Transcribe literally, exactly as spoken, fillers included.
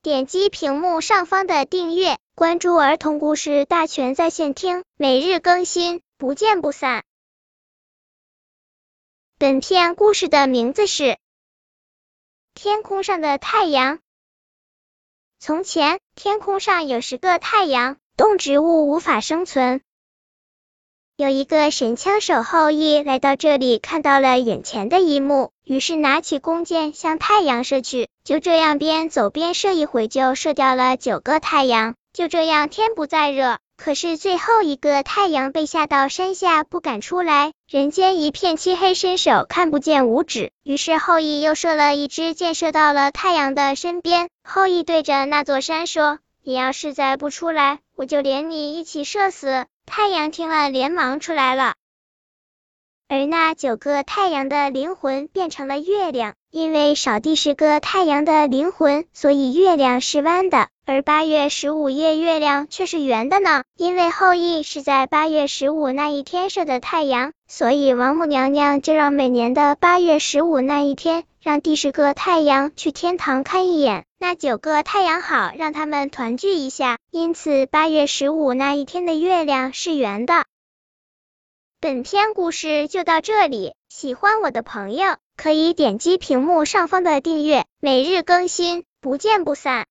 点击屏幕上方的订阅，关注儿童故事大全在线听，每日更新，不见不散。本片故事的名字是天空上的太阳。从前，天空上有十个太阳，动植物无法生存。有一个神枪手后羿来到这里，看到了眼前的一幕，于是拿起弓箭向太阳射去，就这样边走边射，一会就射掉了九个太阳。就这样天不再热，可是最后一个太阳被吓到山下不敢出来，人间一片漆黑，伸手看不见五指。于是后羿又射了一支箭，射到了太阳的身边。后羿对着那座山说，你要是再不出来，我就连你一起射死。太阳听了连忙出来了，而那九个太阳的灵魂变成了月亮，因为少第十个太阳的灵魂，所以月亮是弯的，而八月十五夜月亮却是圆的呢。因为后羿是在八月十五那一天射的太阳，所以王母娘娘就让每年的八月十五那一天，让第十个太阳去天堂看一眼，那九个太阳好让他们团聚一下，因此八月十五那一天的月亮是圆的。本篇故事就到这里，喜欢我的朋友可以点击屏幕上方的订阅，每日更新，不见不散。